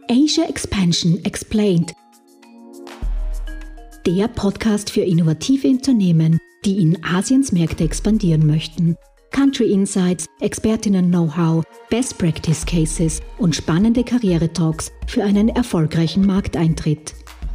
Asia Expansion Explained. Der Podcast für innovative Unternehmen, die in Asiens Märkte expandieren möchten. Country Insights, Expertinnen-Know-how, Best Practice Cases und spannende Karriere-Talks für einen erfolgreichen Markteintritt.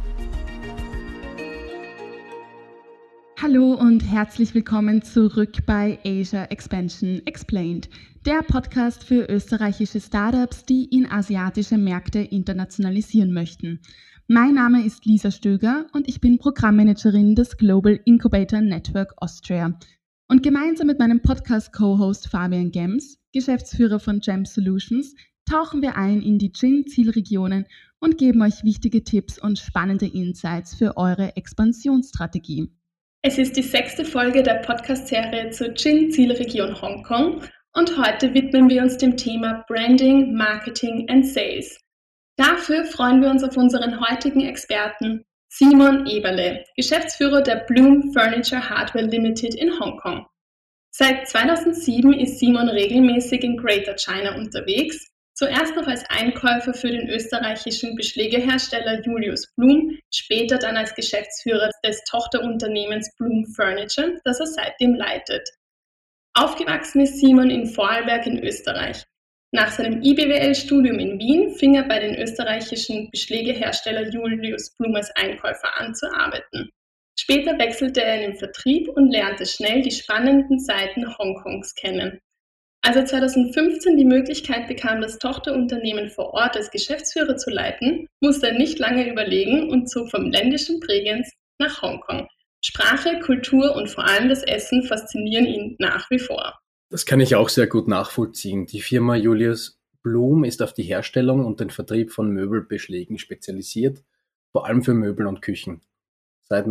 Hallo und herzlich willkommen zurück bei Asia Expansion Explained, der Podcast für österreichische Startups, die in asiatische Märkte internationalisieren möchten. Mein Name ist Lisa Stöger und ich bin Programmmanagerin des Global Incubator Network Austria. Und gemeinsam mit meinem Podcast-Co-Host Fabian Gems, Geschäftsführer von GEM Solutions, tauchen wir ein in die GIN-Zielregionen und geben euch wichtige Tipps und spannende Insights für eure Expansionsstrategie. Es ist die 6. Folge der Podcast-Serie zur GIN-Zielregion Hongkong und heute widmen wir uns dem Thema Branding, Marketing and Sales. Dafür freuen wir uns auf unseren heutigen Experten Simon Eberle, Geschäftsführer der Bloom Furniture Hardware Limited in Hongkong. Seit 2007 ist Simon regelmäßig in Greater China unterwegs, zuerst noch als Einkäufer für den österreichischen Beschlägehersteller Julius Blum, später dann als Geschäftsführer des Tochterunternehmens Bloom Furniture, das er seitdem leitet. Aufgewachsen ist Simon in Vorarlberg in Österreich. Nach seinem IBWL-Studium in Wien fing er bei den österreichischen Beschlägehersteller Julius Blum als Einkäufer an zu arbeiten. Später wechselte er in den Vertrieb und lernte schnell die spannenden Seiten Hongkongs kennen. Als er 2015 die Möglichkeit bekam, das Tochterunternehmen vor Ort als Geschäftsführer zu leiten, musste er nicht lange überlegen und zog vom ländischen Bregenz nach Hongkong. Sprache, Kultur und vor allem das Essen faszinieren ihn nach wie vor. Das kann ich auch sehr gut nachvollziehen. Die Firma Julius Blum ist auf die Herstellung und den Vertrieb von Möbelbeschlägen spezialisiert, vor allem für Möbel und Küchen. Seit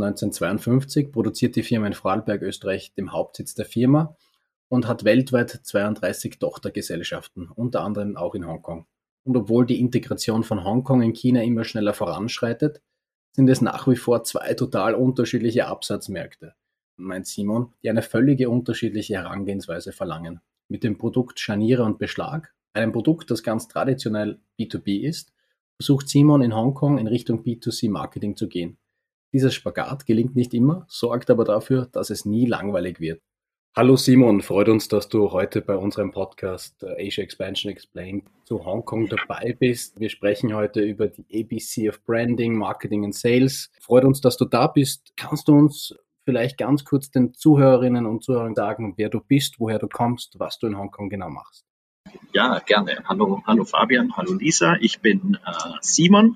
1952 produziert die Firma in Vorarlberg, Österreich, dem Hauptsitz der Firma, und hat weltweit 32 Tochtergesellschaften, unter anderem auch in Hongkong. Und obwohl die Integration von Hongkong in China immer schneller voranschreitet, sind es nach wie vor 2 total unterschiedliche Absatzmärkte, meint Simon, die eine völlige unterschiedliche Herangehensweise verlangen. Mit dem Produkt Scharniere und Beschlag, einem Produkt, das ganz traditionell B2B ist, versucht Simon in Hongkong in Richtung B2C-Marketing zu gehen. Dieser Spagat gelingt nicht immer, sorgt aber dafür, dass es nie langweilig wird. Hallo Simon, freut uns, dass du heute bei unserem Podcast Asia Expansion Explained zu Hongkong dabei bist. Wir sprechen heute über die ABC of Branding, Marketing and Sales. Freut uns, dass du da bist. Kannst du uns vielleicht ganz kurz den Zuhörerinnen und Zuhörern sagen, wer du bist, woher du kommst, was du in Hongkong genau machst? Ja, gerne. Hallo Fabian, hallo Lisa. Ich bin Simon.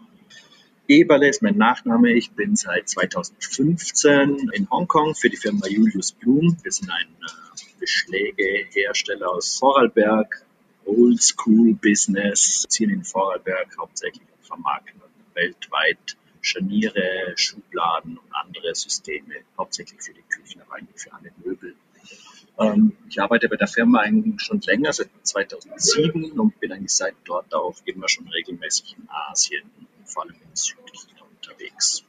Eberle ist mein Nachname. Ich bin seit 2015 in Hongkong für die Firma Julius Blum. Wir sind ein Beschlägehersteller aus Vorarlberg, Oldschool-Business, ziehen in Vorarlberg hauptsächlich und vermarkten weltweit Scharniere, Schubladen und andere Systeme, hauptsächlich für die Küchen, aber eigentlich für alle Möbel. Ich arbeite bei der Firma eigentlich schon länger, seit 2007, und bin eigentlich seit dort auch immer schon regelmäßig in Asien, vor allem in Südchina unterwegs.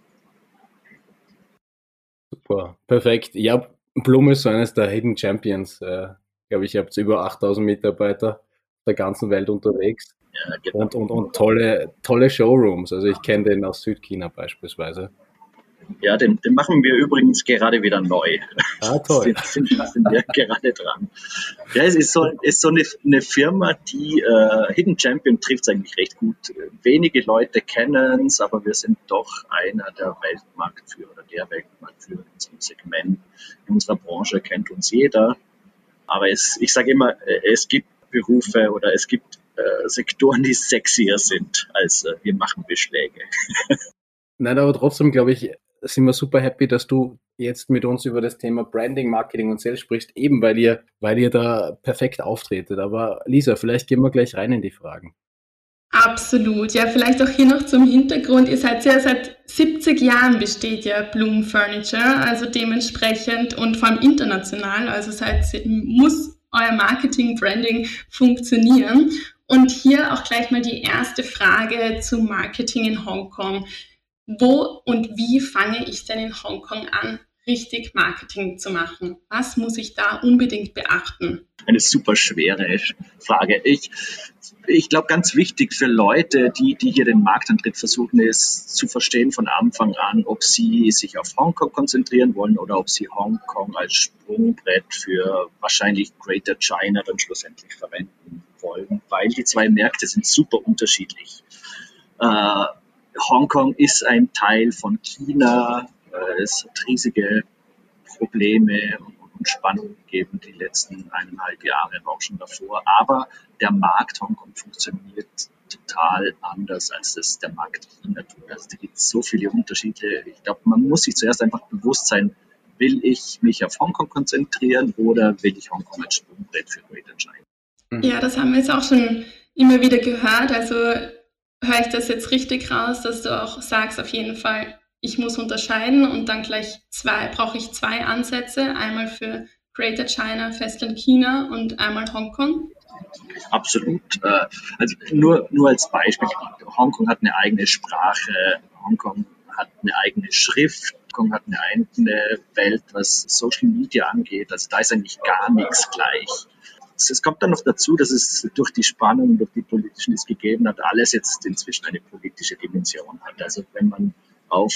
Super, perfekt. Ja, Blum ist so eines der Hidden Champions. Ich glaube, ihr habt über 8000 Mitarbeiter auf der ganzen Welt unterwegs. Ja, genau. Und tolle Showrooms. Also ich kenne den aus Südchina beispielsweise. Ja, den machen wir übrigens gerade wieder neu. Ah, toll. sind wir gerade dran. Ja, es ist so eine Firma, die Hidden Champion trifft es eigentlich recht gut. Wenige Leute kennen es, aber wir sind doch einer der Weltmarktführer oder der Weltmarktführer in unserem Segment. In unserer Branche kennt uns jeder. Aber ich sage immer, es gibt Berufe oder es gibt Sektoren, die sexier sind als wir machen Beschläge. Nein, aber trotzdem, glaube ich, sind wir super happy, dass du jetzt mit uns über das Thema Branding, Marketing und Sales sprichst, eben weil ihr da perfekt auftretet. Aber Lisa, vielleicht gehen wir gleich rein in die Fragen. Absolut. Ja, vielleicht auch hier noch zum Hintergrund. Ihr seid ja seit 70 Jahren besteht ja Bloom Furniture, also dementsprechend und vor allem international, also muss euer Marketing, Branding funktionieren. Und hier auch gleich mal die erste Frage zum Marketing in Hongkong. Wo und wie fange ich denn in Hongkong an? richtig Marketing zu machen? Was muss ich da unbedingt beachten? Eine super schwere Frage. Ich glaube, ganz wichtig für Leute, die hier den Marktantritt versuchen, ist zu verstehen von Anfang an, ob sie sich auf Hongkong konzentrieren wollen oder ob sie Hongkong als Sprungbrett für wahrscheinlich Greater China dann schlussendlich verwenden wollen, weil die zwei Märkte sind super unterschiedlich. Hongkong ist ein Teil von China, es hat riesige Probleme und Spannungen gegeben die letzten 1,5 Jahre, auch schon davor. Aber der Markt Hongkong funktioniert total anders, als das der Markt China tut. Also da gibt es so viele Unterschiede. Ich glaube, man muss sich zuerst einfach bewusst sein, will ich mich auf Hongkong konzentrieren oder will ich Hongkong als Sprungbrett für Greater China? Ja, das haben wir jetzt auch schon immer wieder gehört. Also höre ich das jetzt richtig raus, dass du auch sagst, auf jeden Fall, ich muss unterscheiden und dann gleich brauche ich zwei Ansätze, einmal für Greater China, Festland China und einmal Hongkong? Absolut. Also nur als Beispiel, Hongkong hat eine eigene Sprache, Hongkong hat eine eigene Schrift, Hongkong hat eine eigene Welt, was Social Media angeht. Also da ist eigentlich gar nichts gleich. Es kommt dann noch dazu, dass es durch die Spannungen, durch die politischen, die es gegeben hat, alles jetzt inzwischen eine politische Dimension hat. Also wenn man auf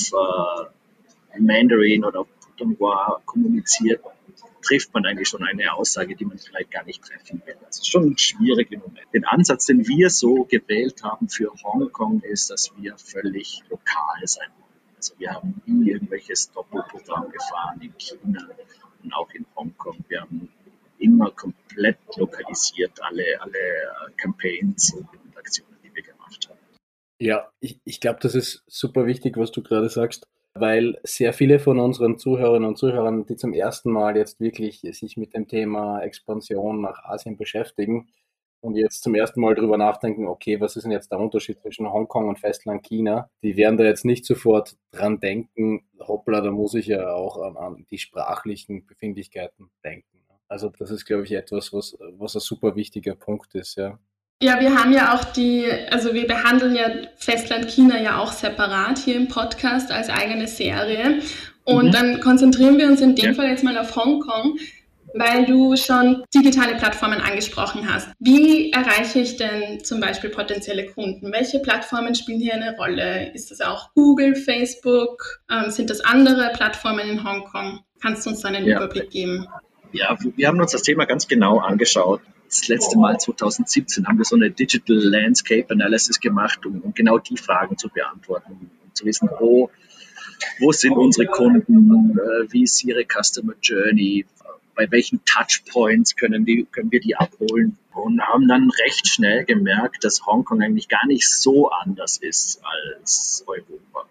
Mandarin oder auf Putonghua kommuniziert, trifft man eigentlich schon eine Aussage, die man vielleicht gar nicht treffen will. Das ist schon schwierig im Moment. Den Ansatz, den wir so gewählt haben für Hongkong, ist, dass wir völlig lokal sein wollen. Also wir haben nie irgendwelches Doppelprogramm gefahren in China und auch in Hongkong. Wir haben immer komplett lokalisiert alle Campaigns und Aktionen, die wir gemacht haben. Ja, ich glaube, das ist super wichtig, was du gerade sagst, weil sehr viele von unseren Zuhörerinnen und Zuhörern, die zum ersten Mal jetzt wirklich sich mit dem Thema Expansion nach Asien beschäftigen und jetzt zum ersten Mal drüber nachdenken, okay, was ist denn jetzt der Unterschied zwischen Hongkong und Festland China? Die werden da jetzt nicht sofort dran denken, hoppla, da muss ich ja auch an die sprachlichen Befindlichkeiten denken. Also das ist, glaube ich, etwas, was ein super wichtiger Punkt ist, ja. Ja, wir haben ja auch wir behandeln ja Festland China ja auch separat hier im Podcast als eigene Serie. Und dann konzentrieren wir uns in dem Fall jetzt mal auf Hongkong, weil du schon digitale Plattformen angesprochen hast. Wie erreiche ich denn zum Beispiel potenzielle Kunden? Welche Plattformen spielen hier eine Rolle? Ist das auch Google, Facebook? Sind das andere Plattformen in Hongkong? Kannst du uns da einen Überblick geben? Ja, wir haben uns das Thema ganz genau angeschaut. Das letzte Mal 2017 haben wir so eine Digital Landscape Analysis gemacht, um genau die Fragen zu beantworten, um zu wissen, wo sind unsere Kunden, wie ist ihre Customer Journey, bei welchen Touchpoints können wir die abholen, und haben dann recht schnell gemerkt, dass Hongkong eigentlich gar nicht so anders ist als Europa.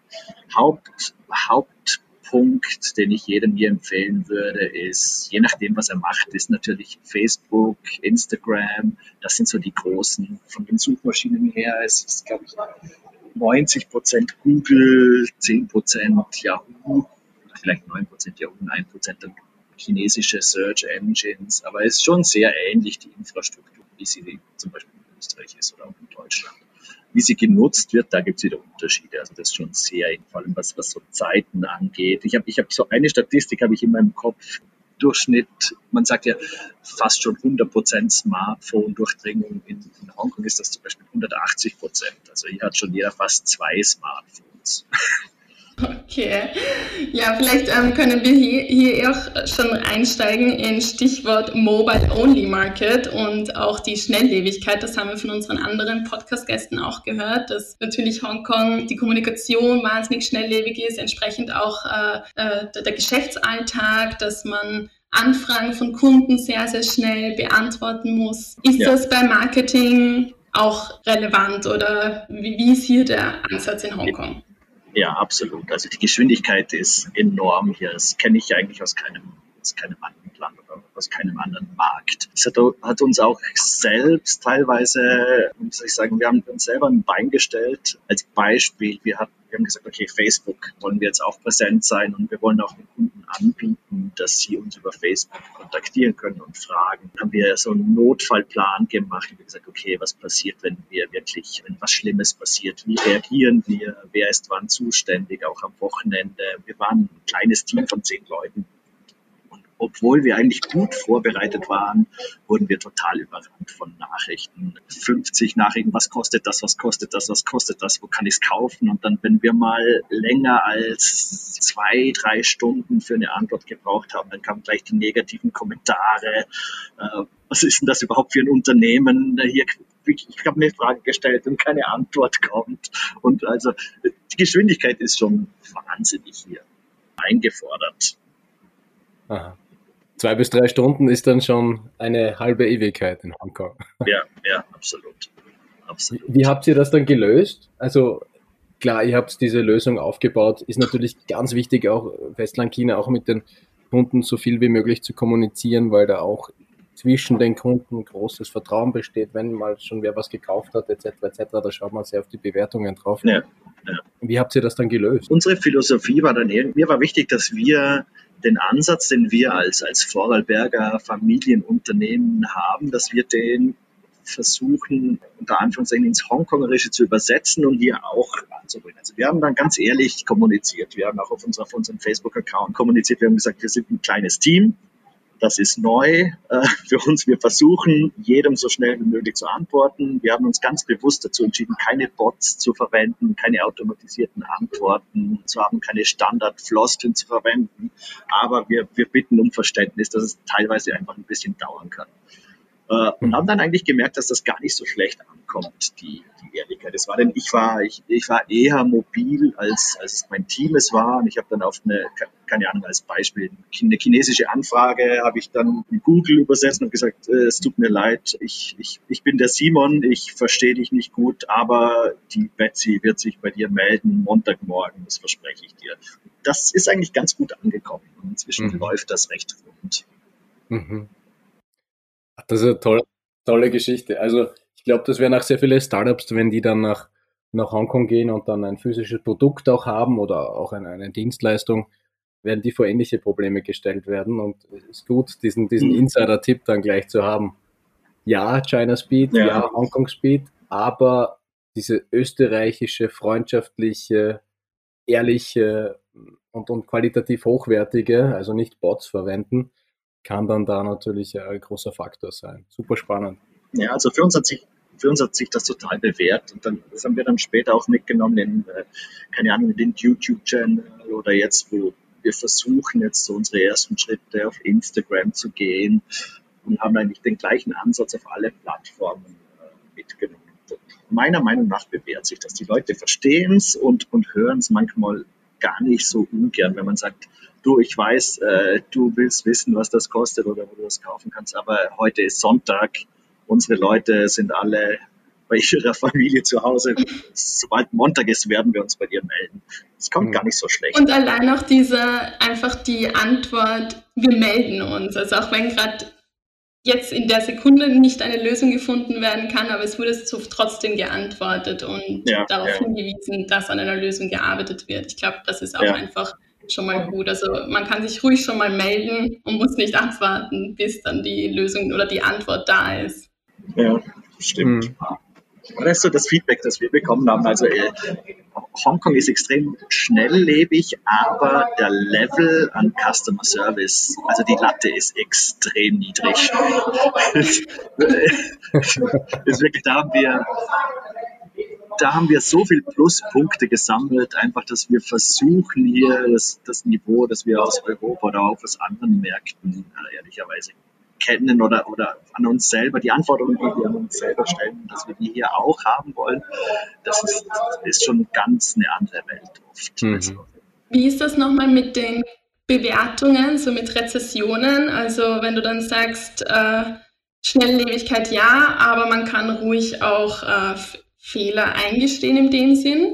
Hauptpunkt, den ich jedem hier empfehlen würde, ist, je nachdem, was er macht, ist natürlich Facebook, Instagram, das sind so die großen von den Suchmaschinen her. Es ist, glaube ich, 90% Google, 10% Yahoo, vielleicht 9% Yahoo und 1% dann chinesische Search Engines, aber es ist schon sehr ähnlich, die Infrastruktur, wie sie zum Beispiel in Österreich ist oder auch in Deutschland. Wie sie genutzt wird, da gibt es wieder Unterschiede. Also das ist schon sehr, vor allem was so Zeiten angeht. Ich hab so eine Statistik habe ich in meinem Kopf. Durchschnitt, man sagt ja fast schon 100% Smartphone-Durchdringung. In Hongkong ist das zum Beispiel 180%. Also hier hat schon jeder fast 2 Smartphones. Okay, ja, vielleicht können wir hier auch schon einsteigen in Stichwort Mobile-Only Market und auch die Schnelllebigkeit. Das haben wir von unseren anderen Podcast-Gästen auch gehört, dass natürlich Hongkong die Kommunikation wahnsinnig schnelllebig ist, entsprechend auch der Geschäftsalltag, dass man Anfragen von Kunden sehr, sehr schnell beantworten muss. Ist das bei Marketing auch relevant oder wie ist hier der Ansatz in Hongkong? Ja, absolut. Also die Geschwindigkeit ist enorm hier. Das kenne ich eigentlich aus keinem anderen Land. aus keinem anderen Markt. Das hat uns auch selbst teilweise, muss ich sagen, wir haben uns selber ein Bein gestellt. Als Beispiel, wir haben gesagt, okay, Facebook wollen wir jetzt auch präsent sein und wir wollen auch den Kunden anbieten, dass sie uns über Facebook kontaktieren können und fragen. Dann haben wir so einen Notfallplan gemacht und wir gesagt, okay, was passiert, wenn was Schlimmes passiert? Wie reagieren wir? Wer ist wann zuständig? Auch am Wochenende. Wir waren ein kleines Team von 10 Leuten. Obwohl wir eigentlich gut vorbereitet waren, wurden wir total überrannt von Nachrichten. 50 Nachrichten, was kostet das, was kostet das, was kostet das, wo kann ich es kaufen? Und dann, wenn wir mal länger als 2-3 Stunden für eine Antwort gebraucht haben, dann kamen gleich die negativen Kommentare. Was ist denn das überhaupt für ein Unternehmen? Hier, ich habe eine Frage gestellt und keine Antwort kommt. Und also die Geschwindigkeit ist schon wahnsinnig hier eingefordert. Aha. 2 bis 3 Stunden ist dann schon eine halbe Ewigkeit in Hongkong. Ja, absolut. Wie habt ihr das dann gelöst? Also klar, ihr habt diese Lösung aufgebaut. Ist natürlich ganz wichtig, auch Festland-China, auch mit den Kunden so viel wie möglich zu kommunizieren, weil da auch zwischen den Kunden großes Vertrauen besteht, wenn mal schon wer was gekauft hat, etc., da schaut man sehr auf die Bewertungen drauf. Ja. Wie habt ihr das dann gelöst? Unsere Philosophie war dann mir war wichtig, dass wir den Ansatz, den wir als Vorarlberger Familienunternehmen haben, dass wir den versuchen, unter Anführungszeichen ins Hongkongerische zu übersetzen und hier auch anzubringen. Also wir haben dann ganz ehrlich kommuniziert. Wir haben auch auf unserem Facebook-Account kommuniziert. Wir haben gesagt, wir sind ein kleines Team. Das ist neu für uns. Wir versuchen, jedem so schnell wie möglich zu antworten. Wir haben uns ganz bewusst dazu entschieden, keine Bots zu verwenden, keine automatisierten Antworten zu haben, keine Standardfloskeln zu verwenden. Aber wir bitten um Verständnis, dass es teilweise einfach ein bisschen dauern kann. Und haben dann eigentlich gemerkt, dass das gar nicht so schlecht ankommt, die Ehrlichkeit. Es war denn, ich war eher mobil, als mein Team es war. Und ich habe dann auf keine Ahnung, als Beispiel, eine chinesische Anfrage habe ich dann in Google übersetzt und gesagt, es tut mir leid, ich bin der Simon, ich verstehe dich nicht gut, aber die Betsy wird sich bei dir melden, Montagmorgen, das verspreche ich dir. Das ist eigentlich ganz gut angekommen und inzwischen läuft das recht rund. Mhm. Das ist eine tolle Geschichte. Also ich glaube, das wären auch sehr viele Startups, wenn die dann nach Hongkong gehen und dann ein physisches Produkt auch haben oder auch eine Dienstleistung, werden die vor ähnliche Probleme gestellt werden. Und es ist gut, diesen Insider-Tipp dann gleich zu haben. Ja, China Speed, ja, Hongkong Speed, aber diese österreichische, freundschaftliche, ehrliche und qualitativ hochwertige, also nicht Bots verwenden, kann dann da natürlich ein großer Faktor sein. Super spannend. Ja, also für uns hat sich das total bewährt und das haben wir dann später auch mitgenommen in, keine Ahnung, in den YouTube-Channel oder jetzt, wo wir versuchen jetzt so unsere ersten Schritte auf Instagram zu gehen und haben eigentlich den gleichen Ansatz auf alle Plattformen mitgenommen. Und meiner Meinung nach bewährt sich das. Die Leute verstehen es und hören es manchmal gar nicht so ungern, wenn man sagt, du, ich weiß, du willst wissen, was das kostet oder wo du das kaufen kannst, aber heute ist Sonntag, unsere Leute sind alle bei ihrer Familie zu Hause. Sobald Montag ist, werden wir uns bei dir melden. Das kommt gar nicht so schlecht. Und allein auch einfach die Antwort, wir melden uns. Also auch wenn gerade jetzt in der Sekunde nicht eine Lösung gefunden werden kann, aber es wurde trotzdem geantwortet und darauf hingewiesen, dass an einer Lösung gearbeitet wird. Ich glaube, das ist auch einfach schon mal gut. Also man kann sich ruhig schon mal melden und muss nicht abwarten, bis dann die Lösung oder die Antwort da ist. Ja, stimmt. Und das ist so das Feedback, das wir bekommen haben. Also Hongkong ist extrem schnelllebig, aber der Level an Customer Service, also die Latte ist extrem niedrig. ist wirklich, da haben wir so viel Pluspunkte gesammelt, einfach, dass wir versuchen hier das Niveau, das wir aus Europa oder auch aus anderen Märkten ehrlicherweise kennen oder an uns selber, die Anforderungen, die wir an uns selber stellen, dass wir die hier auch haben wollen, das ist schon ganz eine andere Welt oft. Also, wie ist das nochmal mit den Bewertungen, so mit Rezessionen? Also wenn du dann sagst, Schnelllebigkeit ja, aber man kann ruhig auch Fehler eingestehen in dem Sinn?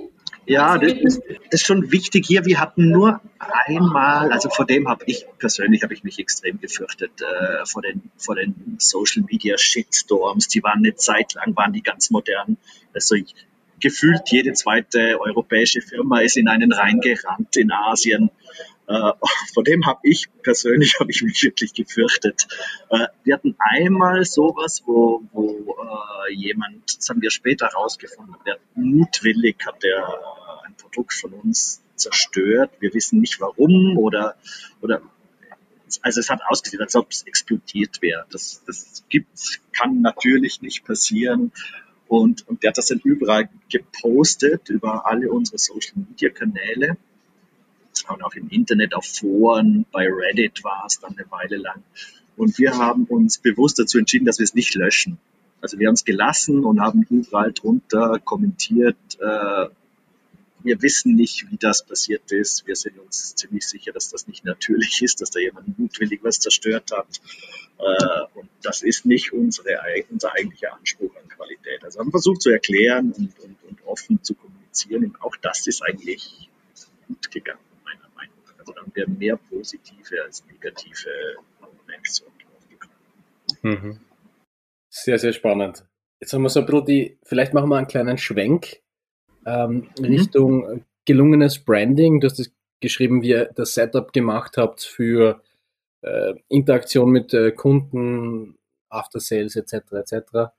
Ja, Also das ist schon wichtig hier. Wir hatten nur einmal, also vor dem habe ich mich extrem gefürchtet, vor den Social Media Shitstorms. Die waren eine Zeit lang, waren die ganz modern. Also gefühlt jede zweite europäische Firma ist in einen reingerannt in Asien. Äh, vor dem habe ich mich wirklich gefürchtet. Wir hatten einmal sowas, wo jemand, das haben wir später herausgefunden, der mutwillig hat der ein Produkt von uns zerstört. Wir wissen nicht warum oder also es hat ausgesehen, als ob es explodiert wäre. Das kann natürlich nicht passieren. Und der hat das dann überall gepostet, über alle unsere Social Media Kanäle und auch im Internet, auf Foren, bei Reddit war es dann eine Weile lang. Und wir haben uns bewusst dazu entschieden, dass wir es nicht löschen. Also wir haben es gelassen und haben überall drunter kommentiert, wir wissen nicht, wie das passiert ist. Wir sind uns ziemlich sicher, dass das nicht natürlich ist, dass da jemand mutwillig was zerstört hat. Und das ist nicht unser eigentlicher Anspruch an Qualität. Also haben versucht zu erklären und offen zu kommunizieren. Und auch das ist eigentlich gut gegangen, meiner Meinung nach. Also da haben wir mehr positive als negative Reaktionen drauf bekommen. Mhm. Sehr, sehr spannend. Jetzt haben wir so ein bisschen vielleicht machen wir einen kleinen Schwenk Richtung gelungenes Branding. Du hast es geschrieben, wie ihr das Setup gemacht habt für Interaktion mit Kunden, After Sales etc. etc.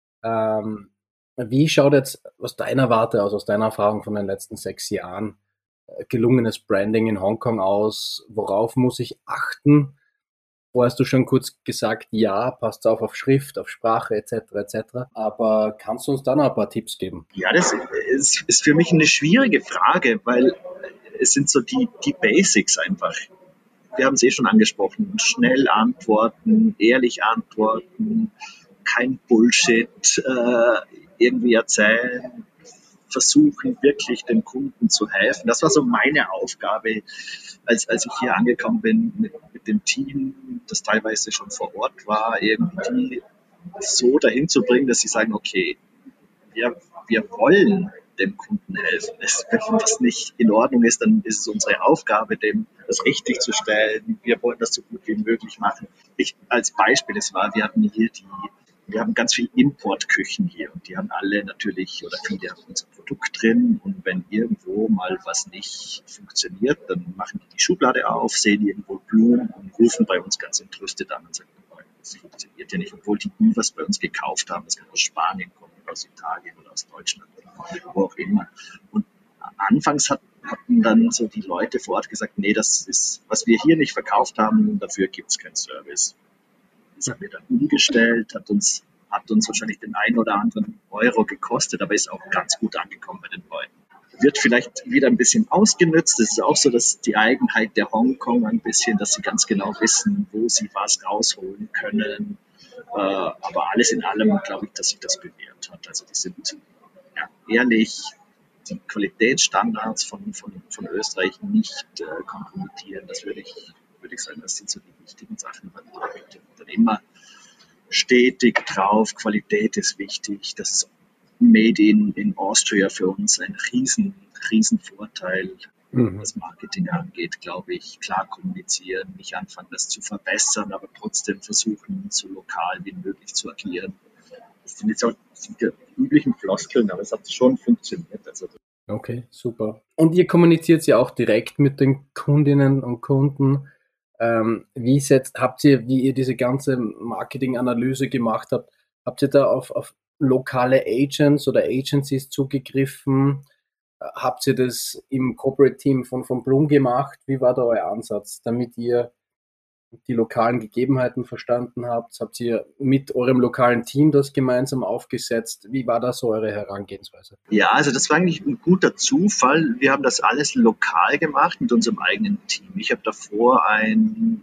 Wie schaut jetzt aus deiner Warte aus deiner Erfahrung von den letzten 6 Jahren gelungenes Branding in Hongkong aus? Worauf muss ich achten? Vorher hast du schon kurz gesagt, ja, passt auf Schrift, auf Sprache etc. etc. Aber kannst du uns da noch ein paar Tipps geben? Ja, das ist für mich eine schwierige Frage, weil es sind so die Basics einfach. Wir haben es schon angesprochen. Schnell antworten, ehrlich antworten, kein Bullshit irgendwie erzählen, versuchen wirklich dem Kunden zu helfen. Das war so meine Aufgabe, als ich hier angekommen bin mit dem Team, das teilweise schon vor Ort war, irgendwie so dahin zu bringen, dass sie sagen, okay, wir wollen dem Kunden helfen. Wenn das nicht in Ordnung ist, dann ist es unsere Aufgabe, dem das richtig zu stellen. Wir wollen das so gut wie möglich machen. Als Beispiel, wir haben ganz viel Importküchen hier und die haben alle natürlich oder viele haben unser Produkt drin und wenn irgendwo mal was nicht funktioniert, dann machen die Schublade auf, sehen irgendwo Blumen und rufen bei uns ganz entrüstet an und sagen, das funktioniert ja nicht, obwohl die nie was bei uns gekauft haben. Das kann aus Spanien kommen, aus Italien oder aus Deutschland, wo auch immer. Und anfangs hatten dann so die Leute vor Ort gesagt, nee, das ist, was wir hier nicht verkauft haben, dafür gibt es keinen Service. Das haben wir dann umgestellt, hat uns wahrscheinlich den einen oder anderen Euro gekostet, aber ist auch ganz gut angekommen bei den Leuten. Wird vielleicht wieder ein bisschen ausgenutzt. Das ist auch so, dass die Eigenheit der Hongkong ein bisschen, dass sie ganz genau wissen, wo sie was rausholen können. Aber alles in allem glaube ich, dass sich das bewährt hat. Also die sind ehrlich, die Qualitätsstandards von Österreich nicht kompromittieren. Das würde ich sagen, das sind so die wichtigen Sachen. Dann immer stetig drauf, Qualität ist wichtig. Das Made in Austria für uns ein riesen Vorteil, was Marketing angeht, glaube ich. Klar kommunizieren, nicht anfangen, das zu verbessern, aber trotzdem versuchen, so lokal wie möglich zu agieren. Das sind jetzt auch die üblichen Floskeln, aber es hat schon funktioniert. Also okay, super. Und ihr kommuniziert ja auch direkt mit den Kundinnen und Kunden. Wie ihr diese ganze Marketinganalyse gemacht habt ihr da auf lokale Agents oder Agencies zugegriffen? Habt ihr das im Corporate Team von Bloom gemacht? Wie war da euer Ansatz, damit ihr die lokalen Gegebenheiten verstanden habt? Habt ihr mit eurem lokalen Team das gemeinsam aufgesetzt? Wie war da so eure Herangehensweise? Ja, also das war eigentlich ein guter Zufall. Wir haben das alles lokal gemacht mit unserem eigenen Team. Ich habe davor eine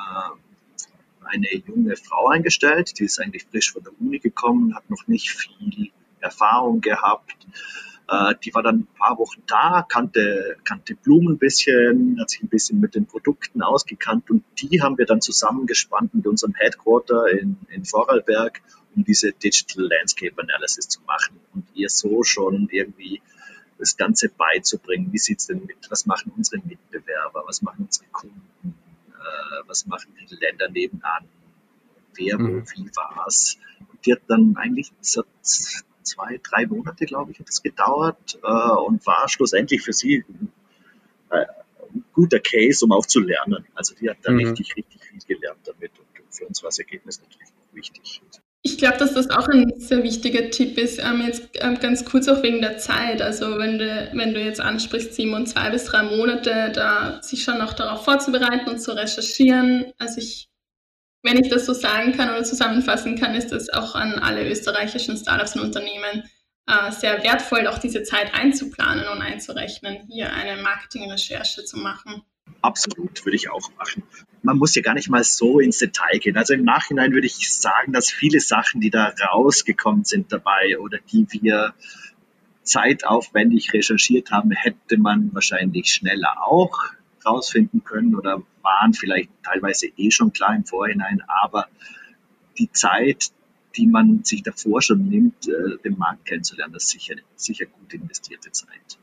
junge Frau eingestellt, die ist eigentlich frisch von der Uni gekommen, hat noch nicht viel Erfahrung gehabt. Die war dann ein paar Wochen da, kannte Blumen ein bisschen, hat sich ein bisschen mit den Produkten ausgekannt und die haben wir dann zusammengespannt mit unserem Headquarter in Vorarlberg, um diese Digital Landscape Analysis zu machen und ihr so schon irgendwie das Ganze beizubringen. Wie sieht's denn mit? Was machen unsere Mitbewerber? Was machen unsere Kunden? Was machen die Länder nebenan? Wer, wo, wie, was? Und die hat dann eigentlich so 2-3 Monate, glaube ich, hat es gedauert und war schlussendlich für sie ein guter Case, um auch zu lernen. Also die hat da richtig viel gelernt damit und für uns war das Ergebnis natürlich auch wichtig. Ich glaube, dass das auch ein sehr wichtiger Tipp ist, jetzt ganz kurz auch wegen der Zeit. Also wenn du jetzt ansprichst, Simon, 2 bis 3 Monate, da sich schon auch darauf vorzubereiten und zu recherchieren. Also wenn ich das so sagen kann oder zusammenfassen kann, ist das auch an alle österreichischen Startups und Unternehmen sehr wertvoll, auch diese Zeit einzuplanen und einzurechnen, hier eine Marketingrecherche zu machen. Absolut, würde ich auch machen. Man muss ja gar nicht mal so ins Detail gehen. Also im Nachhinein würde ich sagen, dass viele Sachen, die da rausgekommen sind dabei oder die wir zeitaufwendig recherchiert haben, hätte man wahrscheinlich schneller auch rausfinden können oder waren vielleicht teilweise schon klar im Vorhinein. Aber die Zeit, die man sich davor schon nimmt, den Markt kennenzulernen, das ist sicher gut investierte Zeit.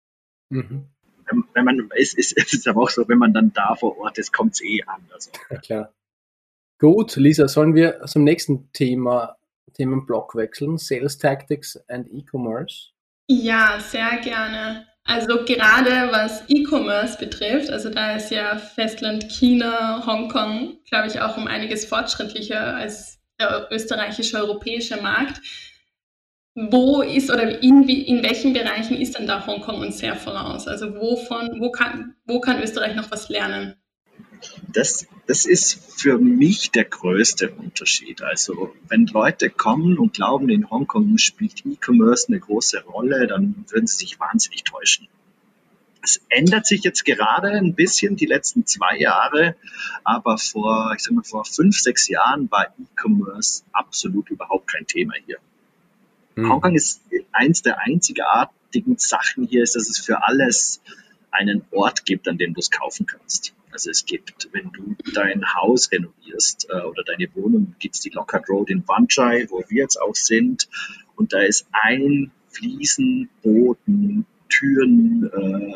Wenn man, es ist aber auch so, wenn man dann da vor Ort ist, kommt es an. Also. Ja, klar. Gut, Lisa, sollen wir zum nächsten Themenblock wechseln? Sales Tactics and E-Commerce? Ja, sehr gerne. Also gerade was E-Commerce betrifft, also da ist ja Festland China, Hongkong, glaube ich, auch um einiges fortschrittlicher als der österreichische, europäische Markt. Wo ist oder in welchen Bereichen ist denn da Hongkong uns sehr voraus? Also wo kann Österreich noch was lernen? Das ist für mich der größte Unterschied. Also wenn Leute kommen und glauben, in Hongkong spielt E-Commerce eine große Rolle, dann würden sie sich wahnsinnig täuschen. Es ändert sich jetzt gerade ein bisschen die letzten 2 Jahre, aber vor 5-6 Jahren war E-Commerce absolut überhaupt kein Thema hier. Hongkong ist eins der einzigartigen Sachen hier, ist, dass es für alles einen Ort gibt, an dem du es kaufen kannst. Also es gibt, wenn du dein Haus renovierst oder deine Wohnung, gibt es die Lockhart Road in Wan Chai, wo wir jetzt auch sind. Und da ist ein Fliesenboden, Türen,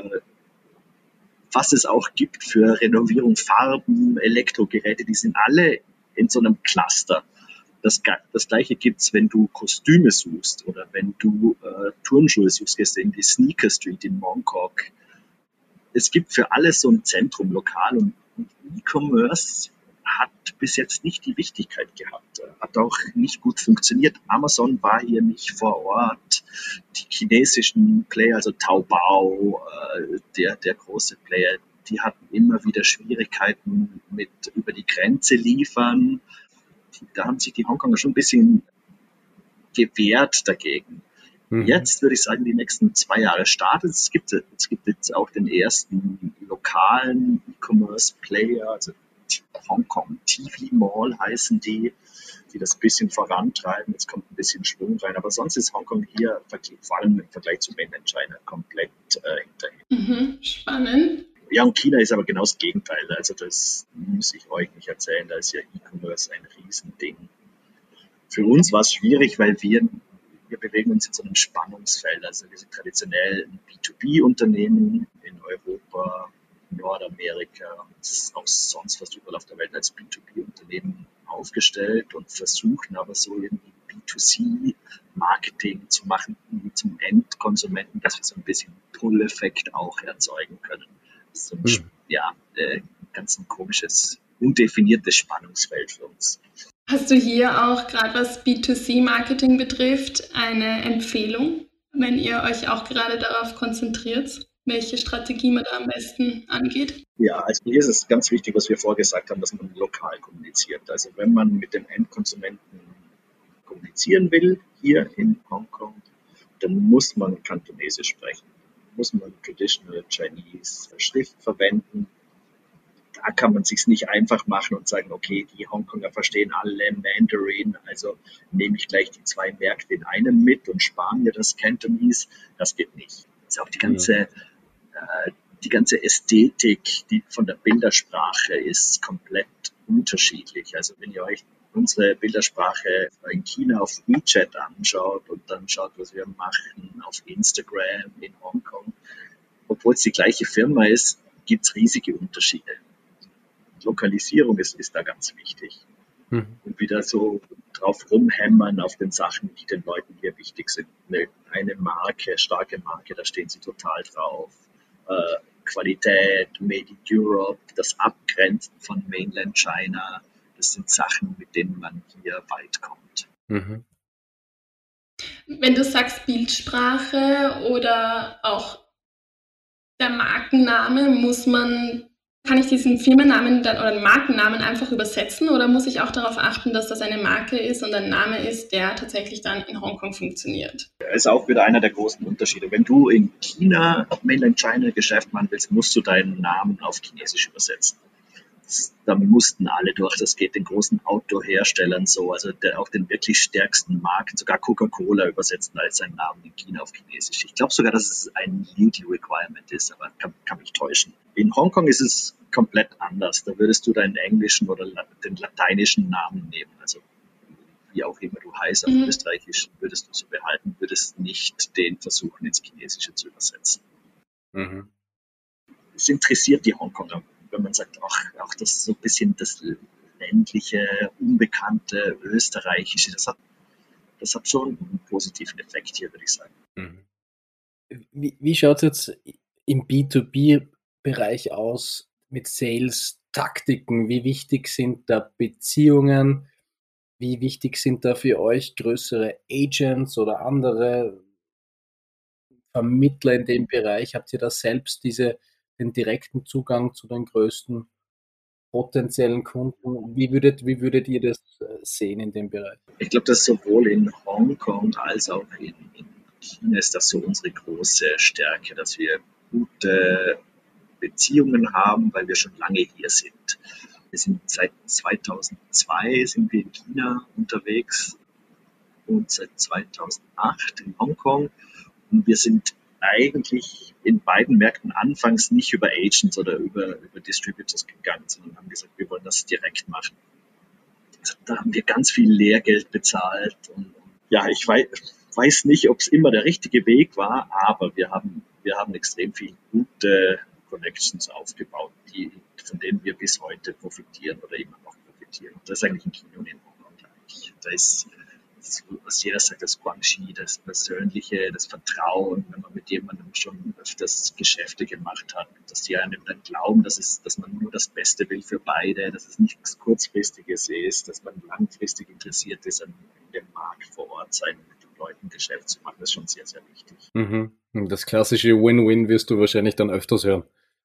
was es auch gibt für Renovierung, Farben, Elektrogeräte, die sind alle in so einem Cluster. Das Gleiche gibt es, wenn du Kostüme suchst oder wenn du Turnschuhe suchst, gehst du in die Sneaker Street in Mongkok. Es gibt für alles so ein Zentrum lokal und E-Commerce hat bis jetzt nicht die Wichtigkeit gehabt, hat auch nicht gut funktioniert. Amazon war hier nicht vor Ort. Die chinesischen Player, also Taobao, der große Player, die hatten immer wieder Schwierigkeiten mit über die Grenze liefern. Da haben sich die Hongkonger schon ein bisschen gewehrt dagegen. Jetzt würde ich sagen, die nächsten 2 Jahre startet. Es gibt jetzt auch den ersten lokalen E-Commerce-Player, also Hongkong TV Mall heißen die das ein bisschen vorantreiben. Jetzt kommt ein bisschen Schwung rein. Aber sonst ist Hongkong hier, vor allem im Vergleich zu Mainland China, komplett hinterher. Spannend. Ja, und China ist aber genau das Gegenteil. Also das muss ich euch nicht erzählen. Da ist ja E-Commerce ein Riesending. Für uns war es schwierig, weil wir bewegen uns in so einem Spannungsfeld. Also wir sind traditionell ein B2B-Unternehmen in Europa, Nordamerika und auch sonst fast überall auf der Welt als B2B-Unternehmen aufgestellt und versuchen aber so irgendwie B2C-Marketing zu machen zum Endkonsumenten, dass wir so ein bisschen Pull-Effekt auch erzeugen können. Das ist so ein ganz ein komisches, undefiniertes Spannungsfeld für uns. Hast du hier auch, gerade was B2C-Marketing betrifft, eine Empfehlung, wenn ihr euch auch gerade darauf konzentriert, welche Strategie man da am besten angeht? Ja, also hier ist es ganz wichtig, was wir vorgesagt haben, dass man lokal kommuniziert. Also wenn man mit dem Endkonsumenten kommunizieren will, hier in Hongkong, dann muss man Kantonesisch sprechen. Muss man Traditional Chinese Schrift verwenden. Da kann man es sich nicht einfach machen und sagen, okay, die Hongkonger verstehen alle Mandarin, also nehme ich gleich die 2 Märkte in einem mit und spare mir das Cantonese. Das geht nicht. Das ist auch die ganze Ästhetik, die von der Bildersprache ist komplett unterschiedlich. Also wenn ihr euch unsere Bildersprache in China auf WeChat anschaut und dann schaut, was wir machen auf Instagram in Hongkong, obwohl es die gleiche Firma ist, gibt es riesige Unterschiede. Lokalisierung ist da ganz wichtig. Und wieder so drauf rumhämmern auf den Sachen, die den Leuten hier wichtig sind. Eine Marke, starke Marke, da stehen sie total drauf. Qualität, Made in Europe, das Abgrenzen von Mainland China, das sind Sachen, mit denen man hier weit kommt. Mhm. Wenn du sagst Bildsprache oder auch der Markenname, kann ich diesen Firmennamen dann oder Markennamen einfach übersetzen oder muss ich auch darauf achten, dass das eine Marke ist und ein Name ist, der tatsächlich dann in Hongkong funktioniert? Das ist auch wieder einer der großen Unterschiede. Wenn du in China, Mainland China Geschäft machen willst, musst du deinen Namen auf Chinesisch übersetzen. Da mussten alle durch. Das geht den großen Autoherstellern so, also auch den wirklich stärksten Marken, sogar Coca-Cola übersetzen als seinen Namen in China auf Chinesisch. Ich glaube sogar, dass es ein Legal Requirement ist, aber kann mich täuschen. In Hongkong ist es komplett anders. Da würdest du deinen englischen oder den lateinischen Namen nehmen, also wie auch immer du heißt, auf Österreichisch würdest du so behalten, würdest nicht den versuchen, ins Chinesische zu übersetzen. Mhm. Es interessiert die Hongkonger, wenn man sagt, auch das so ein bisschen das ländliche, unbekannte, österreichische, das hat schon einen positiven Effekt hier, würde ich sagen. Wie schaut es jetzt im B2B-Bereich aus mit Sales-Taktiken? Wie wichtig sind da Beziehungen? Wie wichtig sind da für euch größere Agents oder andere Vermittler in dem Bereich? Habt ihr da selbst den direkten Zugang zu den größten potenziellen Kunden? Wie würdet ihr das sehen in dem Bereich? Ich glaube, dass sowohl in Hongkong als auch in China ist das so unsere große Stärke, dass wir gute Beziehungen haben, weil wir schon lange hier sind. Wir sind seit 2002 sind wir in China unterwegs und seit 2008 in Hongkong. Und wir sind eigentlich in beiden Märkten anfangs nicht über Agents oder über Distributors gegangen, sondern haben gesagt, wir wollen das direkt machen. Also da haben wir ganz viel Lehrgeld bezahlt. Und ja, ich weiß nicht, ob es immer der richtige Weg war, aber wir haben extrem viel gute Connections aufgebaut, von denen wir bis heute profitieren oder immer noch profitieren. Und das ist eigentlich in China und in Hongkong gleich. Da ist, was jeder sagt, das Guangxi, das Persönliche, das Vertrauen, wenn man mit jemandem schon öfters Geschäfte gemacht hat, dass die einem dann glauben, dass man nur das Beste will für beide, dass es nichts Kurzfristiges ist, dass man langfristig interessiert ist, an dem Markt vor Ort sein, mit den Leuten Geschäft zu machen, das ist schon sehr, sehr wichtig. Mhm. Das klassische Win-Win wirst du wahrscheinlich dann öfters hören.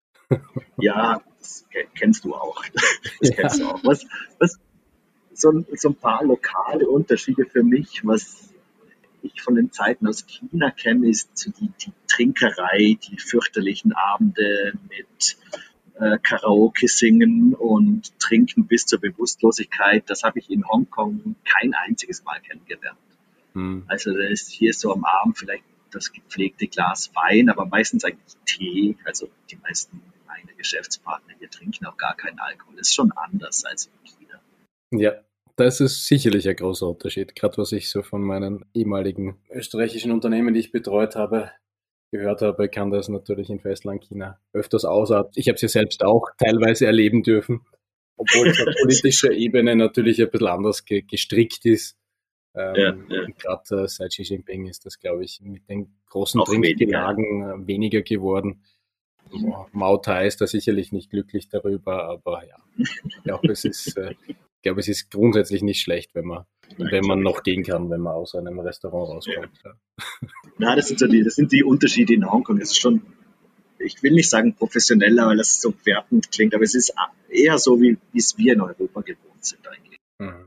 Ja, das kennst du auch. Das kennst du auch. Was so ein paar lokale Unterschiede für mich, was ich von den Zeiten aus China kenne, ist so die Trinkerei, die fürchterlichen Abende mit Karaoke singen und trinken bis zur Bewusstlosigkeit. Das habe ich in Hongkong kein einziges Mal kennengelernt. Also da ist hier so am Abend vielleicht das gepflegte Glas Wein, aber meistens eigentlich Tee. Also die meisten meiner Geschäftspartner hier trinken auch gar keinen Alkohol. Das ist schon anders als in China. Ja, das ist sicherlich ein großer Unterschied. Gerade was ich so von meinen ehemaligen österreichischen Unternehmen, die ich betreut habe, gehört habe, kann das natürlich in Festlandchina öfters ausarten. Ich habe es ja selbst auch teilweise erleben dürfen, obwohl es auf politischer Ebene natürlich ein bisschen anders gestrickt ist. Gerade seit Xi Jinping ist das, glaube ich, mit den großen Trinkgelagen weniger geworden. Mao Tai ist da sicherlich nicht glücklich darüber, aber ja, ich glaube, es ist grundsätzlich nicht schlecht, wenn man noch gehen kann, wenn man aus einem Restaurant rauskommt. Ja. Na, das sind die Unterschiede in Hongkong. Es ist schon, ich will nicht sagen professioneller, weil das so wertend klingt, aber es ist eher so, wie es wir in Europa gewohnt sind eigentlich.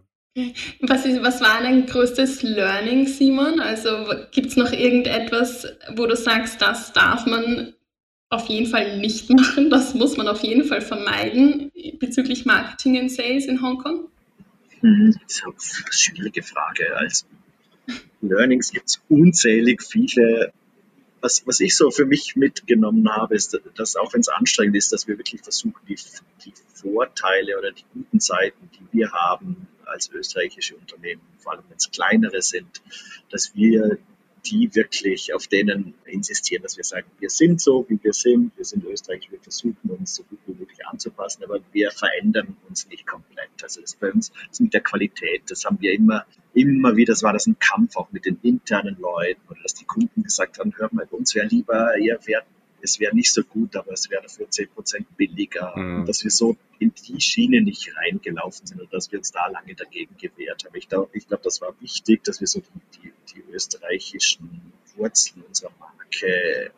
Was war dein größtes Learning, Simon? Also gibt es noch irgendetwas, wo du sagst, das darf man auf jeden Fall nicht machen, das muss man auf jeden Fall vermeiden bezüglich Marketing und Sales in Hongkong? Das ist eine schwierige Frage. Als Learnings gibt es unzählig viele. Was ich so für mich mitgenommen habe, ist, dass auch wenn es anstrengend ist, dass wir wirklich versuchen, die Vorteile oder die guten Seiten, die wir haben, als österreichische Unternehmen, vor allem wenn es kleinere sind, dass wir die wirklich auf denen insistieren, dass wir sagen, wir sind so, wie wir sind Österreich, wir versuchen uns so gut wie möglich anzupassen, aber wir verändern uns nicht komplett. Also das bei uns ist mit der Qualität, das haben wir immer wieder, das war das ein Kampf auch mit den internen Leuten, oder dass die Kunden gesagt haben, hört mal, bei uns wäre lieber, es wäre nicht so gut, aber es wäre dafür 10% billiger. Und dass wir so in die Schiene nicht reingelaufen sind und dass wir uns da lange dagegen gewehrt haben. Ich glaube, das war wichtig, dass wir so die österreichischen Wurzeln unserer Marke,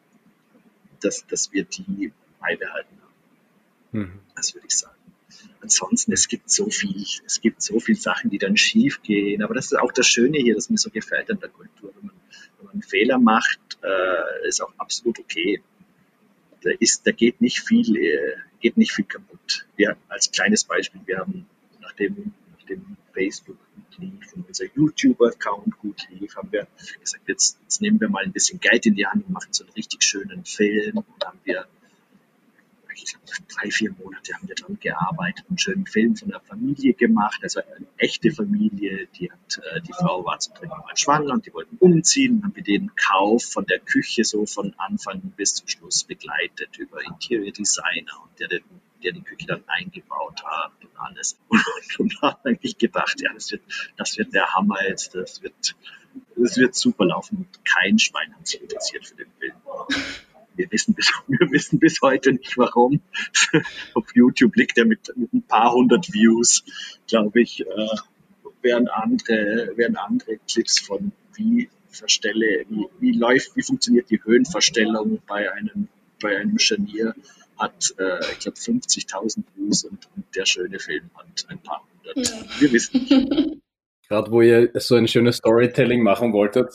dass wir die beibehalten haben. Das würde ich sagen. Ansonsten, es gibt so viel Sachen, die dann schief gehen. Aber das ist auch das Schöne hier, das mir so gefällt an der Kultur. Wenn man einen Fehler macht, ist auch absolut okay. Da geht nicht viel kaputt. Wir, als kleines Beispiel, wir haben, nachdem Facebook gut lief und unser YouTube-Account gut lief, haben wir gesagt, jetzt nehmen wir mal ein bisschen Geld in die Hand und machen so einen richtig schönen Film. Und dann haben wir, ich glaube, 3-4 Monate haben wir daran gearbeitet, einen schönen Film von einer Familie gemacht, also eine echte Familie, die Frau war zum dritten Mal schwanger und die wollten umziehen, haben wir den Kauf von der Küche so von Anfang bis zum Schluss begleitet über Interior Designer und der die Küche dann eingebaut hat und alles. Und habe eigentlich gedacht, ja, das wird der Hammer jetzt, das wird super laufen und kein Schwein hat sich interessiert für den Film. Wir wissen bis heute nicht, warum. Auf YouTube liegt er mit ein paar hundert Views, glaube ich, während andere Clips von wie funktioniert die Höhenverstellung bei einem Scharnier, hat, ich glaube, 50.000 Views und der schöne Film hat ein paar hundert. Ja. Wir wissen nicht. Gerade wo ihr so ein schönes Storytelling machen wolltet.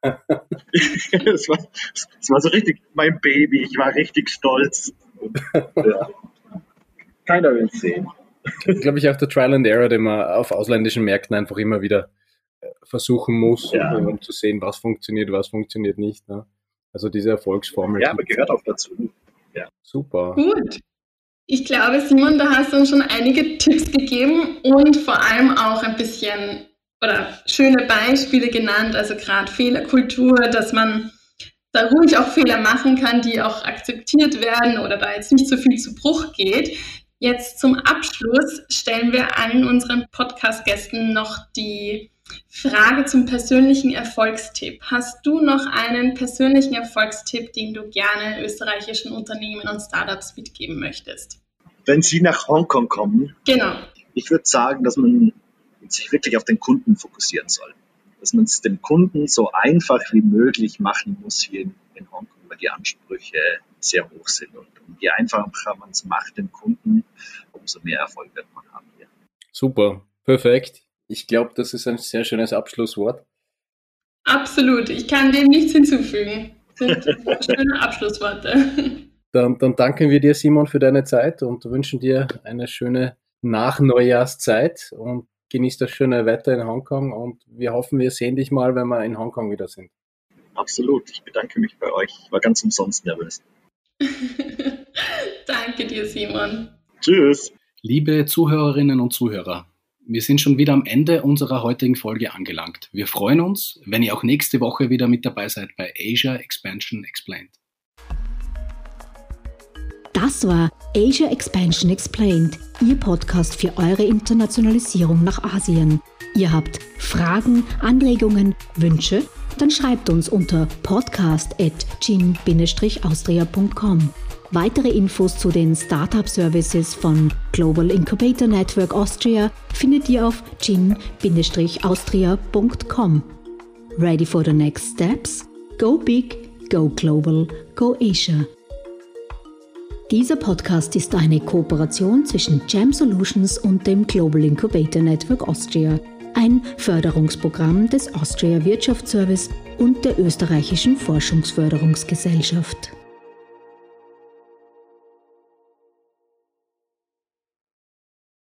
Es war so richtig mein Baby. Ich war richtig stolz. Ja. Keiner will es sehen. Glaube ich auch der Trial and Error, den man auf ausländischen Märkten einfach immer wieder versuchen muss, um zu sehen, was funktioniert nicht. Ne? Also diese Erfolgsformel. Ja, aber gehört auch dazu. Ja. Super. Gut. Ich glaube, Simon, da hast du uns schon einige Tipps gegeben und vor allem auch ein bisschen oder schöne Beispiele genannt, also gerade Fehlerkultur, dass man da ruhig auch Fehler machen kann, die auch akzeptiert werden oder da jetzt nicht so viel zu Bruch geht. Jetzt zum Abschluss stellen wir allen unseren Podcast-Gästen noch die Frage zum persönlichen Erfolgstipp. Hast du noch einen persönlichen Erfolgstipp, den du gerne österreichischen Unternehmen und Startups mitgeben möchtest? Wenn sie nach Hongkong kommen, genau. Ich würde sagen, dass man sich wirklich auf den Kunden fokussieren soll. Dass man es dem Kunden so einfach wie möglich machen muss hier in Hongkong, weil die Ansprüche sehr hoch sind. Und je einfacher man es macht dem Kunden, umso mehr Erfolg wird man haben hier. Super, perfekt. Ich glaube, das ist ein sehr schönes Abschlusswort. Absolut, ich kann dem nichts hinzufügen. Das sind schöne Abschlussworte. Dann danken wir dir, Simon, für deine Zeit und wünschen dir eine schöne Nach-Neujahrszeit und genieß das schöne Wetter in Hongkong und wir hoffen, wir sehen dich mal, wenn wir in Hongkong wieder sind. Absolut, ich bedanke mich bei euch. Ich war ganz umsonst nervös. Danke dir, Simon. Tschüss. Liebe Zuhörerinnen und Zuhörer, wir sind schon wieder am Ende unserer heutigen Folge angelangt. Wir freuen uns, wenn ihr auch nächste Woche wieder mit dabei seid bei Asia Expansion Explained. Das war Asia Expansion Explained, Ihr Podcast für eure Internationalisierung nach Asien. Ihr habt Fragen, Anregungen, Wünsche? Dann schreibt uns unter podcast@gin-austria.com. Weitere Infos zu den Startup-Services von Global Incubator Network Austria findet ihr auf gin-austria.com. Ready for the next steps? Go big, go global, go Asia. Dieser Podcast ist eine Kooperation zwischen GEM Solutions und dem Global Incubator Network Austria, ein Förderungsprogramm des Austria Wirtschaftsservice und der österreichischen Forschungsförderungsgesellschaft.